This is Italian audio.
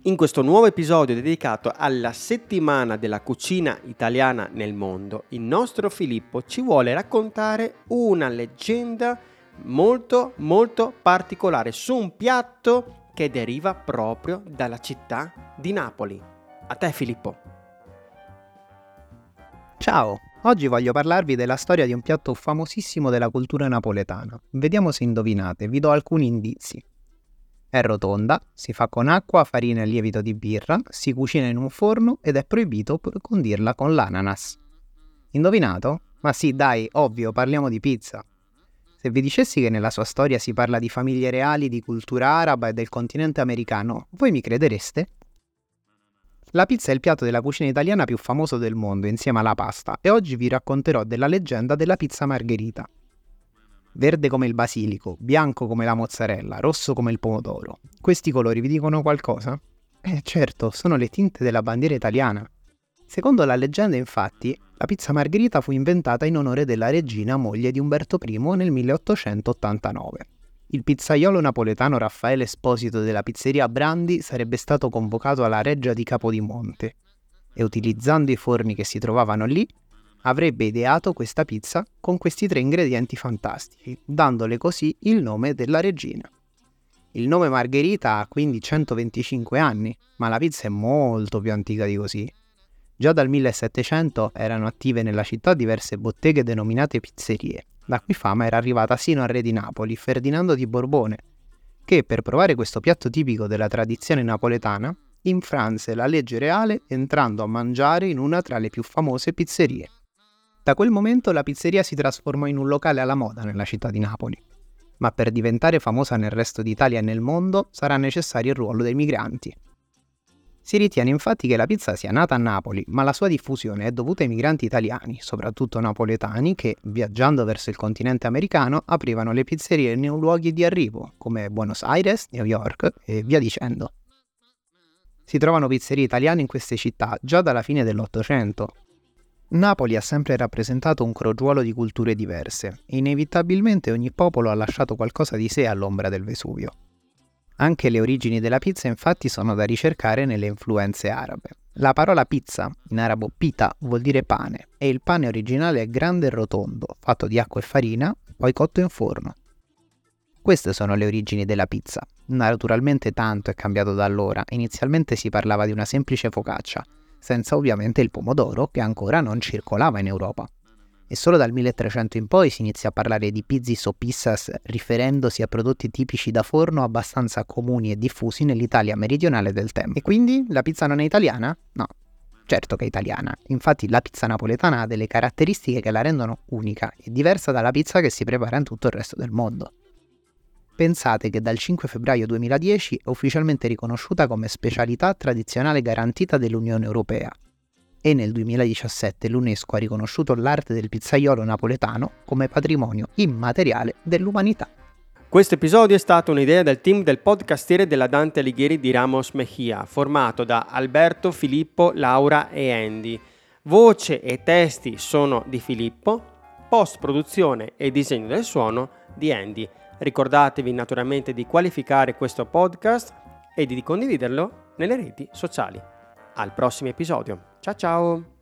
In questo nuovo episodio dedicato alla settimana della cucina italiana nel mondo, il nostro Filippo ci vuole raccontare una leggenda molto particolare su un piatto che deriva proprio dalla città di Napoli. A te Filippo. Ciao, oggi voglio parlarvi della storia di un piatto famosissimo della cultura napoletana. Vediamo se indovinate, vi do alcuni indizi. È rotonda, si fa con acqua, farina e lievito di birra, si cucina in un forno ed è proibito condirla con l'ananas. Indovinato? Ma sì, dai, ovvio, parliamo di pizza. Se vi dicessi che nella sua storia si parla di famiglie reali, di cultura araba e del continente americano, voi mi credereste? La pizza è il piatto della cucina italiana più famoso del mondo insieme alla pasta e oggi vi racconterò della leggenda della pizza margherita. Verde come il basilico, bianco come la mozzarella, rosso come il pomodoro. Questi colori vi dicono qualcosa? Certo, sono le tinte della bandiera italiana. Secondo la leggenda, infatti, la pizza margherita fu inventata in onore della regina moglie di Umberto I nel 1889. Il pizzaiolo napoletano Raffaele Esposito della pizzeria Brandi sarebbe stato convocato alla reggia di Capodimonte e, utilizzando i forni che si trovavano lì, avrebbe ideato questa pizza con questi 3 ingredienti fantastici, dandole così il nome della regina. Il nome Margherita ha quindi 125 anni, ma la pizza è molto più antica di così. Già dal 1700 erano attive nella città diverse botteghe denominate pizzerie, la cui fama era arrivata sino al re di Napoli, Ferdinando di Borbone, che per provare questo piatto tipico della tradizione napoletana, infranse la legge reale entrando a mangiare in una tra le più famose pizzerie. Da quel momento la pizzeria si trasformò in un locale alla moda nella città di Napoli, ma per diventare famosa nel resto d'Italia e nel mondo sarà necessario il ruolo dei migranti. Si ritiene infatti che la pizza sia nata a Napoli, ma la sua diffusione è dovuta ai migranti italiani, soprattutto napoletani, che, viaggiando verso il continente americano, aprivano le pizzerie nei luoghi di arrivo, come Buenos Aires, New York e via dicendo. Si trovano pizzerie italiane in queste città già dalla fine dell'Ottocento. Napoli ha sempre rappresentato un crogiuolo di culture diverse e inevitabilmente ogni popolo ha lasciato qualcosa di sé all'ombra del Vesuvio. Anche le origini della pizza infatti sono da ricercare nelle influenze arabe. La parola pizza, in arabo pita, vuol dire pane e il pane originale è grande e rotondo, fatto di acqua e farina, poi cotto in forno. Queste sono le origini della pizza. Naturalmente tanto è cambiato da allora, inizialmente si parlava di una semplice focaccia, senza ovviamente il pomodoro che ancora non circolava in Europa. E solo dal 1300 in poi si inizia a parlare di pizzis o pizzas riferendosi a prodotti tipici da forno abbastanza comuni e diffusi nell'Italia meridionale del tempo. E quindi la pizza non è italiana? No, certo che è italiana. Infatti la pizza napoletana ha delle caratteristiche che la rendono unica e diversa dalla pizza che si prepara in tutto il resto del mondo. Pensate che dal 5 febbraio 2010 è ufficialmente riconosciuta come specialità tradizionale garantita dell'Unione Europea e nel 2017 l'UNESCO ha riconosciuto l'arte del pizzaiolo napoletano come patrimonio immateriale dell'umanità. Questo episodio è stato un'idea del team del podcastiere della Dante Alighieri di Ramos Mejia, formato da Alberto, Filippo, Laura e Andy. Voce e testi sono di Filippo, post-produzione e disegno del suono di Andy. Ricordatevi naturalmente di qualificare questo podcast e di condividerlo nelle reti sociali. Al prossimo episodio. Ciao ciao!